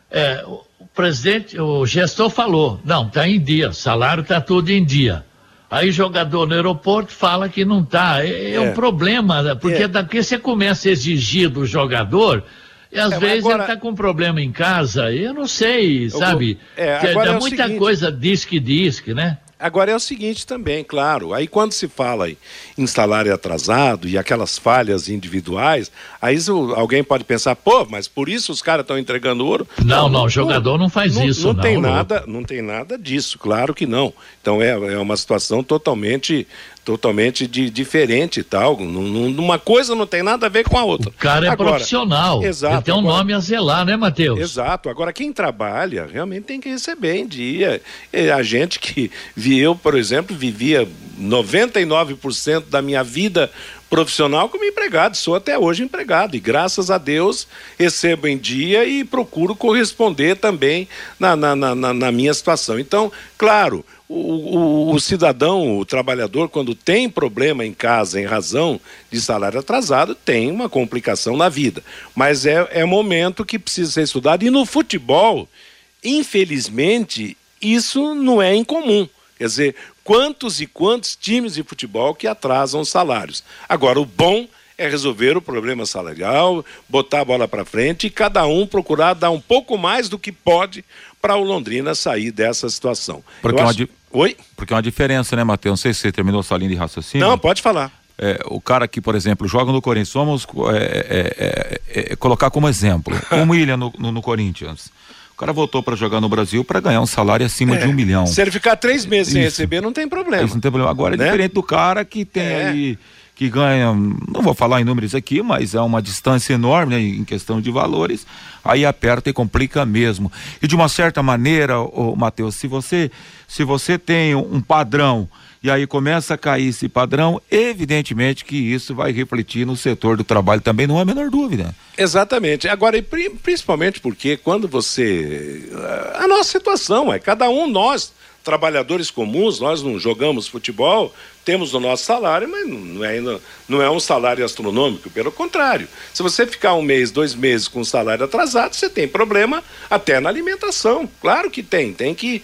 o gestor falou, não, tá em dia, salário tá tudo em dia. Aí jogador no aeroporto fala que não tá, um problema, porque daqui você começa a exigir do jogador, e às vezes ele tá com problema em casa, eu não sei, sabe? Muita coisa diz que, né? Agora é o seguinte também, claro, aí quando se fala em salário atrasado e aquelas falhas individuais, aí alguém pode pensar, mas por isso os caras estão entregando ouro? Não, jogador não faz isso, não. Não tem nada disso, claro que não. Então é uma situação totalmente diferente e tal. Uma coisa não tem nada a ver com a outra. O cara é profissional. Exato. Ele tem um nome a zelar, né, Matheus? Exato. Agora, quem trabalha realmente tem que receber em dia. A gente eu, por exemplo, vivia 99% da minha vida profissional como empregado, sou até hoje empregado e graças a Deus recebo em dia e procuro corresponder também na minha situação. Então, claro, o cidadão, o trabalhador, quando tem problema em casa em razão de salário atrasado, tem uma complicação na vida, mas é momento que precisa ser estudado e no futebol, infelizmente, isso não é incomum. Quer dizer, quantos e quantos times de futebol que atrasam os salários. Agora, o bom é resolver o problema salarial, botar a bola para frente e cada um procurar dar um pouco mais do que pode para o Londrina sair dessa situação. Oi? Porque é uma diferença, né, Matheus? Não sei se você terminou sua linha de raciocínio. Não, pode falar. O cara que, por exemplo, joga no Corinthians, vamos colocar como exemplo, o William no Corinthians. O cara voltou para jogar no Brasil para ganhar um salário acima de 1 milhão. Se ele ficar 3 meses sem receber, não tem problema. Isso não tem problema. Agora é diferente do cara que tem aí, que ganha, não vou falar em números aqui, mas é uma distância enorme, né, em questão de valores, aí aperta e complica mesmo. E de uma certa maneira, Matheus, se você tem um padrão e aí começa a cair esse padrão, evidentemente que isso vai refletir no setor do trabalho também, não há a menor dúvida. Exatamente. Agora, principalmente porque quando a nossa situação cada um, nós trabalhadores comuns, nós não jogamos futebol, temos o nosso salário, mas não é um salário astronômico, pelo contrário. Se você ficar 1 mês, 2 meses com o salário atrasado, você tem problema até na alimentação. Claro que tem que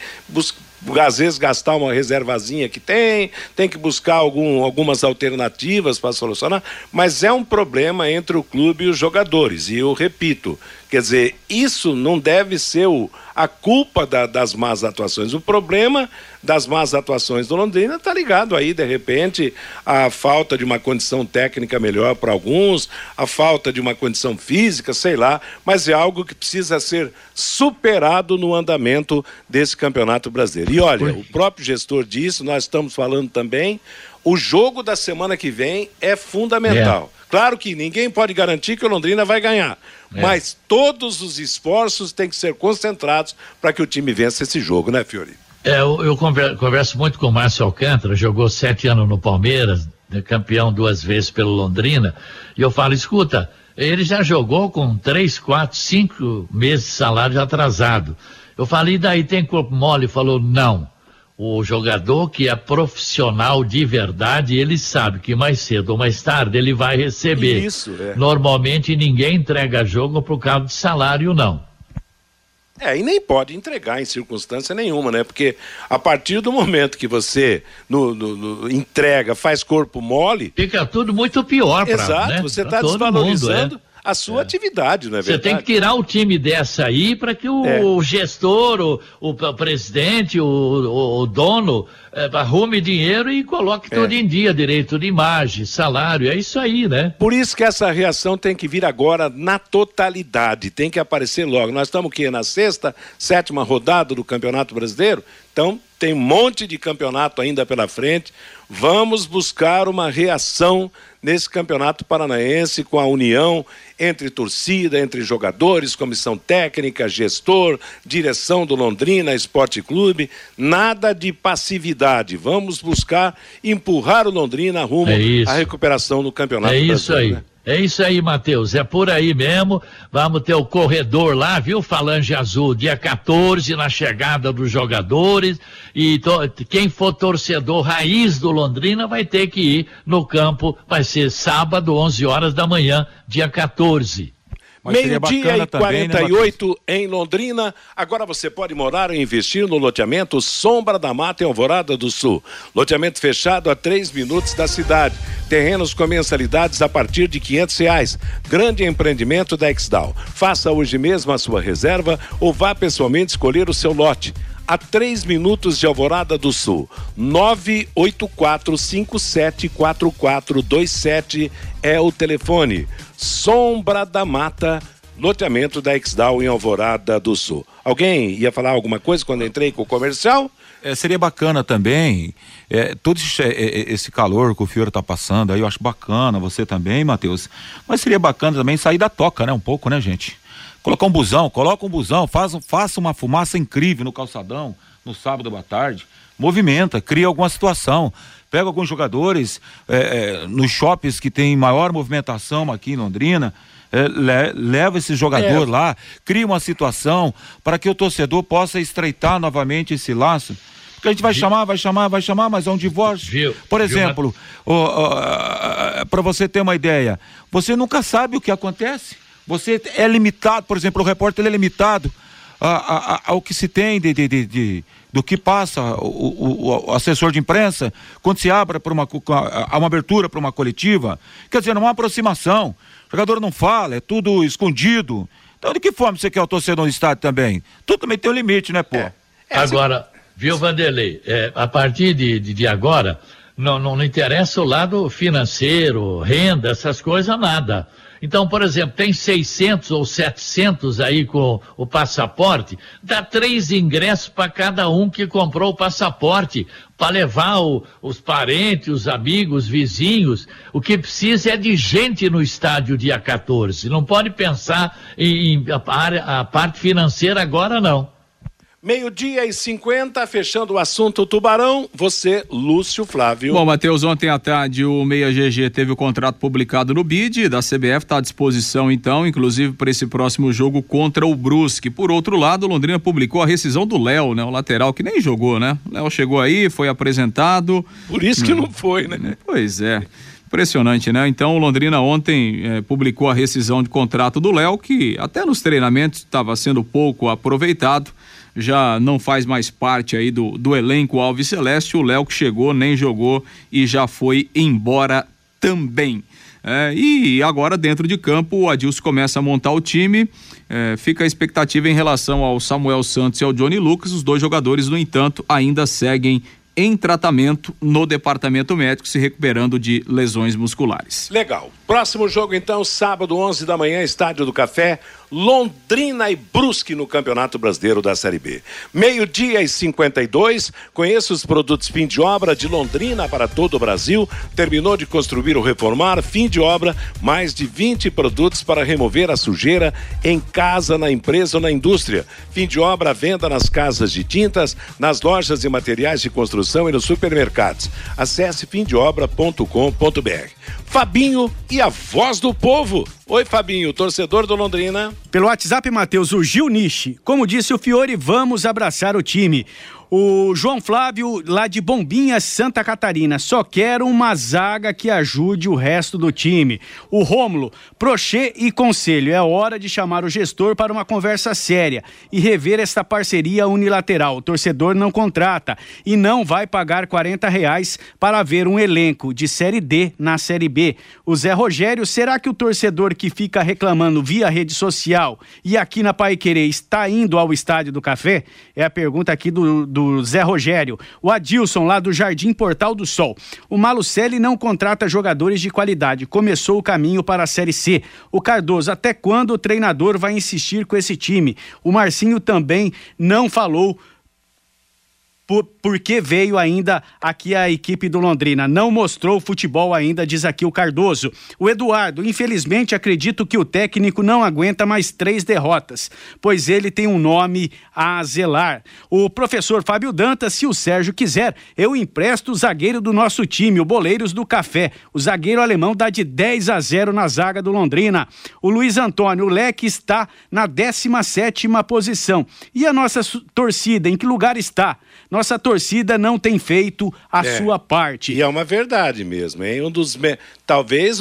às vezes gastar uma reservazinha que tem que buscar algumas alternativas para solucionar, mas é um problema entre o clube e os jogadores, e eu repito, quer dizer, isso não deve ser a culpa das más atuações. O problema das más atuações do Londrina está ligado aí, de repente, à falta de uma condição técnica melhor para alguns, à falta de uma condição física, sei lá, mas é algo que precisa ser superado no andamento desse Campeonato Brasileiro. E olha, o próprio gestor disse, nós estamos falando também, o jogo da semana que vem é fundamental. Claro que ninguém pode garantir que o Londrina vai ganhar, mas todos os esforços têm que ser concentrados para que o time vença esse jogo, né, Fiori? Eu converso muito com o Márcio Alcântara, jogou 7 anos no Palmeiras, campeão 2 vezes pelo Londrina, e eu falo, escuta, ele já jogou com 3, 4, 5 meses de salário atrasado. Eu falei, e daí tem corpo mole? Ele falou, não. O jogador que é profissional de verdade, ele sabe que mais cedo ou mais tarde ele vai receber. Isso, Normalmente ninguém entrega jogo por causa de salário, não. E nem pode entregar em circunstância nenhuma, né? Porque a partir do momento que você entrega, faz corpo mole... Fica tudo muito pior para Exato, né? você está desvalorizando a sua atividade, não é verdade? Você tem que tirar o time dessa aí para que o gestor, o presidente, o dono arrume dinheiro e coloque tudo em dia, direito de imagem, salário, é isso aí, né? Por isso que essa reação tem que vir agora na totalidade, tem que aparecer logo. Nós estamos aqui na 6ª, 7ª rodada do Campeonato Brasileiro, então tem um monte de campeonato ainda pela frente. Vamos buscar uma reação nesse Campeonato Paranaense com a união entre torcida, entre jogadores, comissão técnica, gestor, direção do Londrina Esporte Clube, nada de passividade. Vamos buscar empurrar o Londrina rumo à recuperação do Campeonato Brasileiro. Isso aí. Né? É isso aí, Matheus, é por aí mesmo. Vamos ter o corredor lá, viu, Falange Azul, dia 14, na chegada dos jogadores, e quem for torcedor raiz do Londrina vai ter que ir no campo, vai ser sábado, 11 horas da manhã, dia 14. Meio-dia e 48 em Londrina. Agora você pode morar ou investir no loteamento Sombra da Mata em Alvorada do Sul. Loteamento fechado a 3 minutos da cidade. Terrenos com mensalidades a partir de R$500. Grande empreendimento da Exdal. Faça hoje mesmo a sua reserva ou vá pessoalmente escolher o seu lote. A 3 minutos de Alvorada do Sul. 984574427 é o telefone. Sombra da Mata, loteamento da Exdal em Alvorada do Sul. Alguém ia falar alguma coisa quando entrei com o comercial? Seria bacana também, todo esse calor que o Fiore está passando aí, eu acho bacana, você também, Matheus, mas seria bacana também sair da toca, né, um pouco, né, gente? Coloca um busão, faça uma fumaça incrível no calçadão, no sábado à tarde, movimenta, cria alguma situação, pega alguns jogadores nos shoppings que tem maior movimentação aqui em Londrina, leva esse jogador lá, cria uma situação para que o torcedor possa estreitar novamente esse laço. Porque a gente vai chamar, mas é um divórcio. Por exemplo, para você ter uma ideia, você nunca sabe o que acontece. Você é limitado, por exemplo, o repórter ele é limitado ao que se tem do que passa o assessor de imprensa quando se abre para uma abertura para uma coletiva. Quer dizer, não há aproximação. O jogador não fala, é tudo escondido. Então, de que forma você quer o torcedor no estádio também? Tudo também tem um limite, né, pô? Agora, viu, Vanderlei, a partir de agora, não interessa o lado financeiro, renda, essas coisas, nada. Então, por exemplo, tem 600 ou 700 aí com o passaporte, dá 3 ingressos para cada um que comprou o passaporte, para levar os parentes, os amigos, os vizinhos. O que precisa é de gente no estádio dia 14. Não pode pensar a parte financeira agora, não. 12:50, fechando o assunto Tubarão, você, Lúcio Flávio. Bom, Matheus, ontem à tarde o Meia GG teve o contrato publicado no BID da CBF, está à disposição então, inclusive para esse próximo jogo contra o Brusque. Por outro lado, o Londrina publicou a rescisão do Léo, né? O lateral que nem jogou, né? O Léo chegou aí, foi apresentado. Por isso que não foi, né? Pois é. Impressionante, né? Então o Londrina ontem publicou a rescisão de contrato do Léo, que até nos treinamentos estava sendo pouco aproveitado, já não faz mais parte aí do elenco Alves Celeste. O Léo que chegou, nem jogou e já foi embora também. E agora dentro de campo o Adilson começa a montar o time, fica a expectativa em relação ao Samuel Santos e ao Johnny Lucas. Os dois jogadores, no entanto, ainda seguem em tratamento no departamento médico, se recuperando de lesões musculares. Legal. Próximo jogo então, sábado 11 da manhã, Estádio do Café, Londrina e Brusque no Campeonato Brasileiro da Série B. 12:52, conheça os produtos fim de obra de Londrina para todo o Brasil. Terminou de construir ou reformar, fim de obra, mais de 20 produtos para remover a sujeira em casa, na empresa ou na indústria. Fim de obra, venda nas casas de tintas, nas lojas de materiais de construção e nos supermercados. Acesse fimdeobra.com.br. Fabinho e a voz do povo. Oi, Fabinho, torcedor do Londrina. Pelo WhatsApp, Matheus, o Gil Nishi. Como disse o Fiore, vamos abraçar o time. O João Flávio, lá de Bombinhas, Santa Catarina, só quero uma zaga que ajude o resto do time. O Rômulo, Prochê e Conselho, é hora de chamar o gestor para uma conversa séria e rever esta parceria unilateral. O torcedor não contrata e não vai pagar R$40 para ver um elenco de Série D na Série B. O Zé Rogério, será que o torcedor que fica reclamando via rede social e aqui na Paiquerê está indo ao Estádio do Café? É a pergunta aqui do Zé Rogério. O Adilson, lá do Jardim Portal do Sol. O Malucelli não contrata jogadores de qualidade. Começou o caminho para a Série C. O Cardoso, até quando o treinador vai insistir com esse time? O Marcinho também não falou porque veio ainda aqui a equipe do Londrina. Não mostrou futebol ainda, diz aqui o Cardoso. O Eduardo, infelizmente acredito que o técnico não aguenta mais 3 derrotas, pois ele tem um nome a zelar. O professor Fábio Dantas, se o Sérgio quiser, eu empresto o zagueiro do nosso time, o Boleiros do Café. O zagueiro alemão dá de 10-0 na zaga do Londrina. O Luiz Antônio, o Leque está na 17ª posição. E a nossa torcida, em que lugar está? Nossa torcida não tem feito a sua parte. E é uma verdade mesmo, hein? Talvez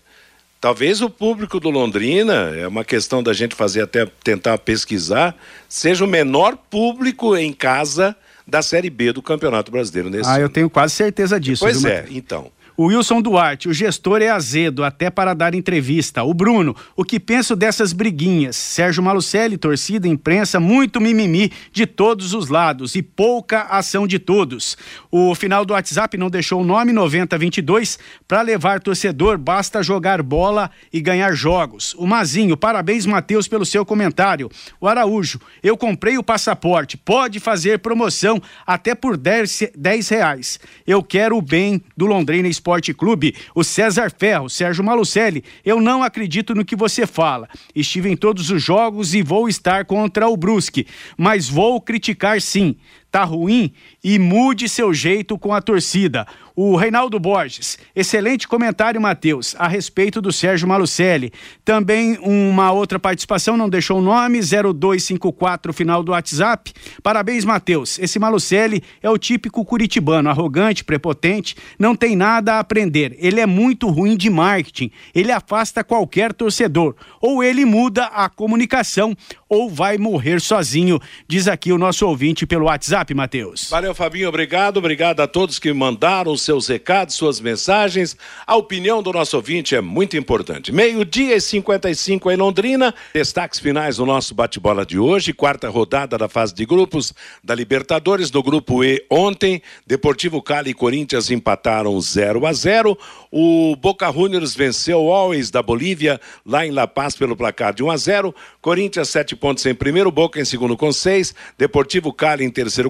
o público do Londrina, é uma questão da gente fazer até tentar pesquisar, seja o menor público em casa da Série B do Campeonato Brasileiro nesse ano. Eu tenho quase certeza disso. Pois é, então. O Wilson Duarte, o gestor é azedo até para dar entrevista. O Bruno, o que penso dessas briguinhas? Sérgio Malucelli, torcida, imprensa, muito mimimi de todos os lados e pouca ação de todos. O final do WhatsApp não deixou o nome, 9022, para levar torcedor, basta jogar bola e ganhar jogos. O Mazinho, parabéns, Matheus, pelo seu comentário. O Araújo, eu comprei o passaporte, pode fazer promoção até por R$10. Eu quero o bem do Londrina Esporte Clube. O César Ferro, Sérgio Malucelli, eu não acredito no que você fala. Estive em todos os jogos e vou estar contra o Brusque, mas vou criticar sim. Tá ruim e mude seu jeito com a torcida. O Reinaldo Borges, excelente comentário, Matheus, a respeito do Sérgio Malucelli. Também uma outra participação, não deixou o nome, 0254, final do WhatsApp. Parabéns, Matheus. Esse Malucelli é o típico curitibano, arrogante, prepotente, não tem nada a aprender. Ele é muito ruim de marketing, ele afasta qualquer torcedor. Ou ele muda a comunicação, ou vai morrer sozinho, diz aqui o nosso ouvinte pelo WhatsApp, Matheus. Valeu, Fabinho, obrigado a todos que mandaram seus recados, suas mensagens. A opinião do nosso ouvinte é muito importante. 12:55 em Londrina. Destaques finais do nosso bate-bola de hoje, 4ª rodada da fase de grupos da Libertadores. No grupo E ontem, Deportivo Cali e Corinthians empataram 0-0. O Boca Juniors venceu o Always da Bolívia lá em La Paz pelo placar de 1-0. Corinthians 7 pontos em primeiro, Boca em segundo com 6, Deportivo Cali em terceiro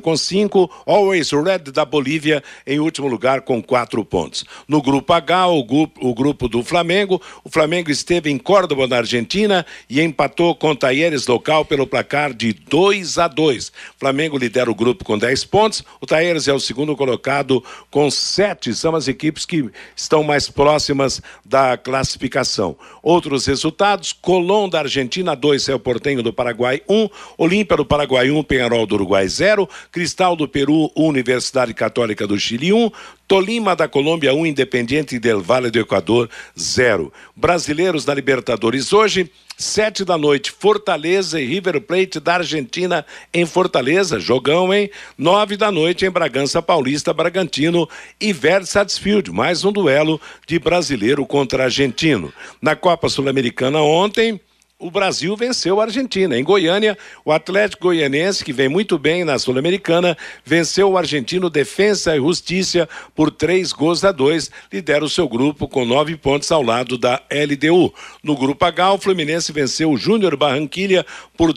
com 5, Always Red da Bolívia em último lugar com 4 pontos. No grupo H, o grupo do Flamengo, o Flamengo esteve em Córdoba, na Argentina, e empatou com Talleres local pelo placar de 2-2. Flamengo lidera o grupo com 10 pontos, o Talleres é o segundo colocado com 7, são as equipes que estão mais próximas da classificação. Outros resultados: Colón da Argentina 2, Cerro Porteño do Paraguai 1, Olímpia do Paraguai 1, Peñarol do Uruguai 0, Cristal do Peru 1, Universidade Católica do Chile 1, Tolima da Colômbia 1, Independiente del Valle do Equador 0. Brasileiros na Libertadores hoje, 7 da noite, Fortaleza e River Plate da Argentina em Fortaleza, jogão, hein? 9 da noite em Bragança Paulista, Bragantino e Verde Sarsfield, mais um duelo de brasileiro contra argentino. Na Copa Sul-Americana ontem, o Brasil venceu a Argentina. Em Goiânia, o Atlético Goianiense, que vem muito bem na Sul-Americana, venceu o argentino Defensa e Justiça por 3-2, lidera o seu grupo com 9 pontos ao lado da LDU. No grupo H, o Fluminense venceu o Júnior Barranquilla por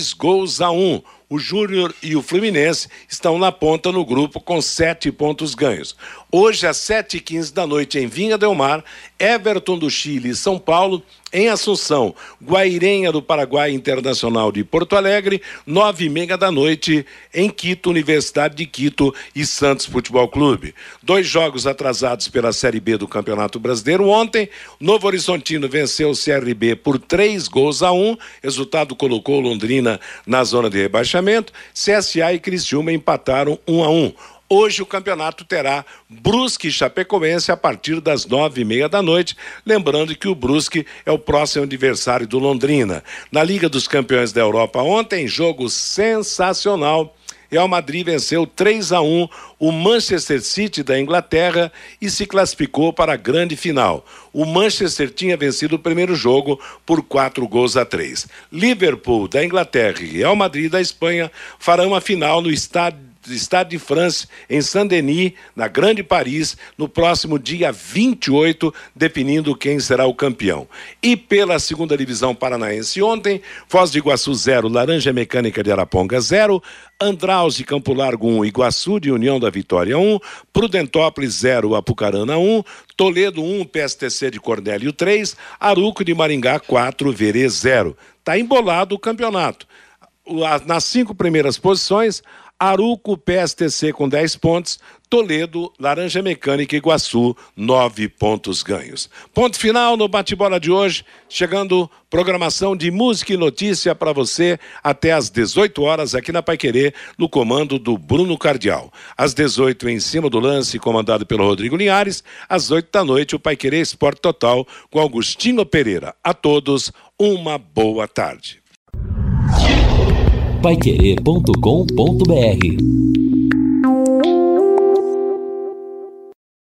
2-1. O Júnior e o Fluminense estão na ponta no grupo com 7 pontos ganhos. Hoje, às 7h15 da noite, em Vinha del Mar, Everton do Chile e São Paulo. Em Assunção, Guairenha do Paraguai, Internacional de Porto Alegre. 9h30 da noite, em Quito, Universidade de Quito e Santos Futebol Clube. 2 jogos atrasados pela Série B do Campeonato Brasileiro ontem. Novo Horizontino venceu o CRB por 3-1. Resultado colocou Londrina na zona de rebaixamento. CSA e Criciúma empataram 1-1. Hoje o campeonato terá Brusque e Chapecoense a partir das 9h30 da noite. Lembrando que o Brusque é o próximo adversário do Londrina. Na Liga dos Campeões da Europa ontem, jogo sensacional. Real Madrid venceu 3-1 o Manchester City da Inglaterra e se classificou para a grande final. O Manchester tinha vencido o primeiro jogo por 4-3. Liverpool da Inglaterra e Real Madrid da Espanha farão a final no Stade de France, em Saint-Denis, na Grande Paris, no próximo dia 28, definindo quem será o campeão. E pela segunda divisão paranaense ontem, Foz do Iguaçu 0, Laranja Mecânica de Araponga 0, Andraus de Campo Largo 1, Iguaçu de União da Vitória 1, Prudentópolis 0, Apucarana 1, Toledo 1, PSTC de Cornélio 3, Aruco de Maringá 4, Verê 0. Tá embolado o campeonato. Nas 5 primeiras posições, Aruco, PSTC com 10 pontos, Toledo, Laranja Mecânica e Iguaçu, 9 pontos ganhos. Ponto final no bate-bola de hoje, chegando programação de música e notícia para você até às 18 horas aqui na Paiquerê, no comando do Bruno Cardial. Às 18 em cima do lance, comandado pelo Rodrigo Linhares. Às 8 da noite, o Paiquerê Esporte Total com Augustinho Pereira. A todos, uma boa tarde. Paiquerê.com.br